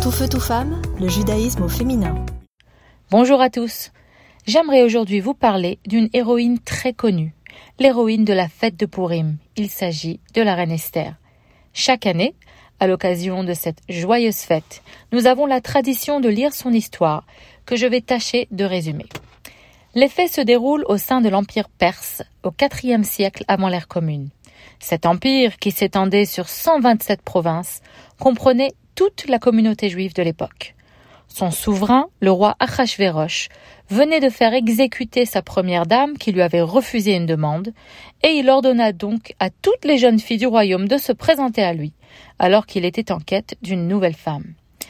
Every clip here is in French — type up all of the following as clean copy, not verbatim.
Tout feu, tout femme, le judaïsme au féminin. Bonjour à tous. J'aimerais aujourd'hui vous parler d'une héroïne très connue, l'héroïne de la fête de Pourim. Il s'agit de la reine Esther. Chaque année, à l'occasion de cette joyeuse fête, nous avons la tradition de lire son histoire, que je vais tâcher de résumer. Les faits se déroulent au sein de l'Empire perse, au IVe siècle avant l'ère commune. Cet empire, qui s'étendait sur 127 provinces, comprenait toute la communauté juive de l'époque. Son souverain, le roi Achashvérosh, venait de faire exécuter sa première dame qui lui avait refusé une demande, et il ordonna donc à toutes les jeunes filles du royaume de se présenter à lui, alors qu'il était en quête d'une nouvelle femme.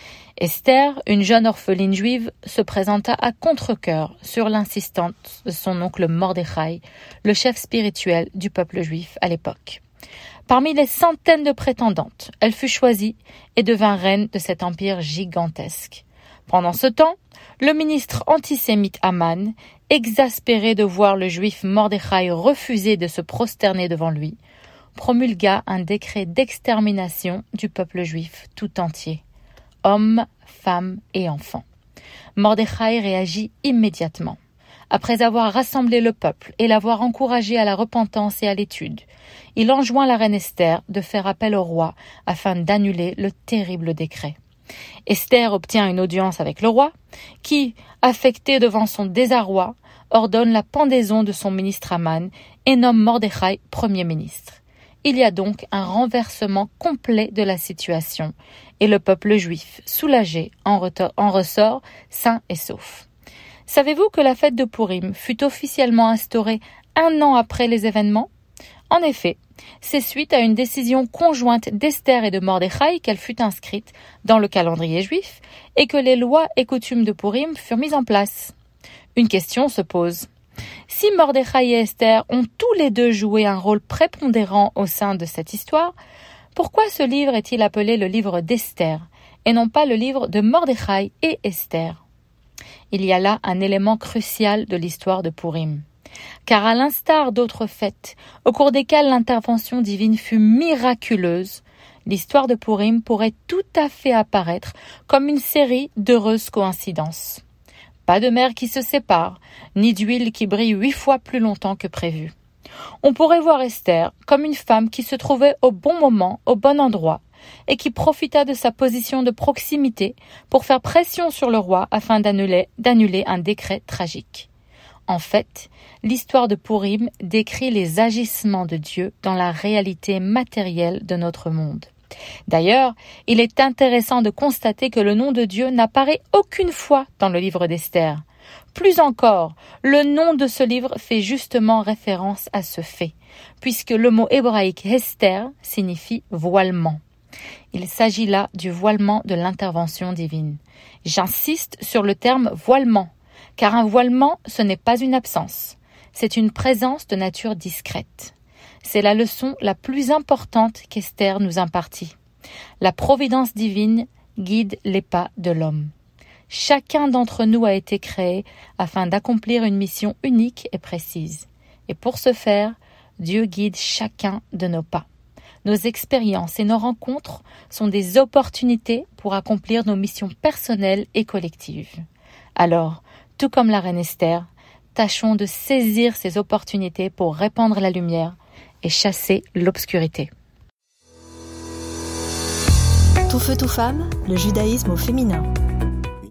Esther, une jeune orpheline juive, se présenta à contre-cœur sur l'insistance de son oncle Mordechai, le chef spirituel du peuple juif à l'époque. Parmi les centaines de prétendantes, elle fut choisie et devint reine de cet empire gigantesque. Pendant ce temps, le ministre antisémite Aman, exaspéré de voir le juif Mordechai refuser de se prosterner devant lui, promulgua un décret d'extermination du peuple juif tout entier, hommes, femmes et enfants. Mordechai réagit immédiatement. Après avoir rassemblé le peuple et l'avoir encouragé à la repentance et à l'étude, il enjoint la reine Esther de faire appel au roi afin d'annuler le terrible décret. Esther obtient une audience avec le roi, qui, affecté devant son désarroi, ordonne la pendaison de son ministre Aman et nomme Mordechai Premier ministre. Il y a donc un renversement complet de la situation, et le peuple juif, soulagé, en ressort sain et sauf. Savez-vous que la fête de Pourim fut officiellement instaurée 1 an après les événements ? En effet, c'est suite à une décision conjointe d'Esther et de Mordechai qu'elle fut inscrite dans le calendrier juif et que les lois et coutumes de Pourim furent mises en place. Une question se pose. Si Mordechai et Esther ont tous les deux joué un rôle prépondérant au sein de cette histoire, pourquoi ce livre est-il appelé le livre d'Esther et non pas le livre de Mordechai et Esther ? Il y a là un élément crucial de l'histoire de Pourim. Car à l'instar d'autres fêtes, au cours desquelles l'intervention divine fut miraculeuse, l'histoire de Pourim pourrait tout à fait apparaître comme une série d'heureuses coïncidences. Pas de mer qui se sépare, ni d'huile qui brille 8 fois plus longtemps que prévu. On pourrait voir Esther comme une femme qui se trouvait au bon moment, au bon endroit, et qui profita de sa position de proximité pour faire pression sur le roi afin d'annuler un décret tragique. En fait, l'histoire de Pourim décrit les agissements de Dieu dans la réalité matérielle de notre monde. D'ailleurs, il est intéressant de constater que le nom de Dieu n'apparaît aucune fois dans le livre d'Esther. Plus encore, le nom de ce livre fait justement référence à ce fait, puisque le mot hébraïque Esther signifie voilement. Il s'agit là du voilement de l'intervention divine. J'insiste sur le terme voilement, car un voilement, ce n'est pas une absence, c'est une présence de nature discrète. C'est la leçon la plus importante qu'Esther nous impartit. La providence divine guide les pas de l'homme. Chacun d'entre nous a été créé afin d'accomplir une mission unique et précise. Et pour ce faire, Dieu guide chacun de nos pas. Nos expériences et nos rencontres sont des opportunités pour accomplir nos missions personnelles et collectives. Alors, tout comme la reine Esther, tâchons de saisir ces opportunités pour répandre la lumière et chasser l'obscurité. Tout feu, tout femme, le judaïsme au féminin.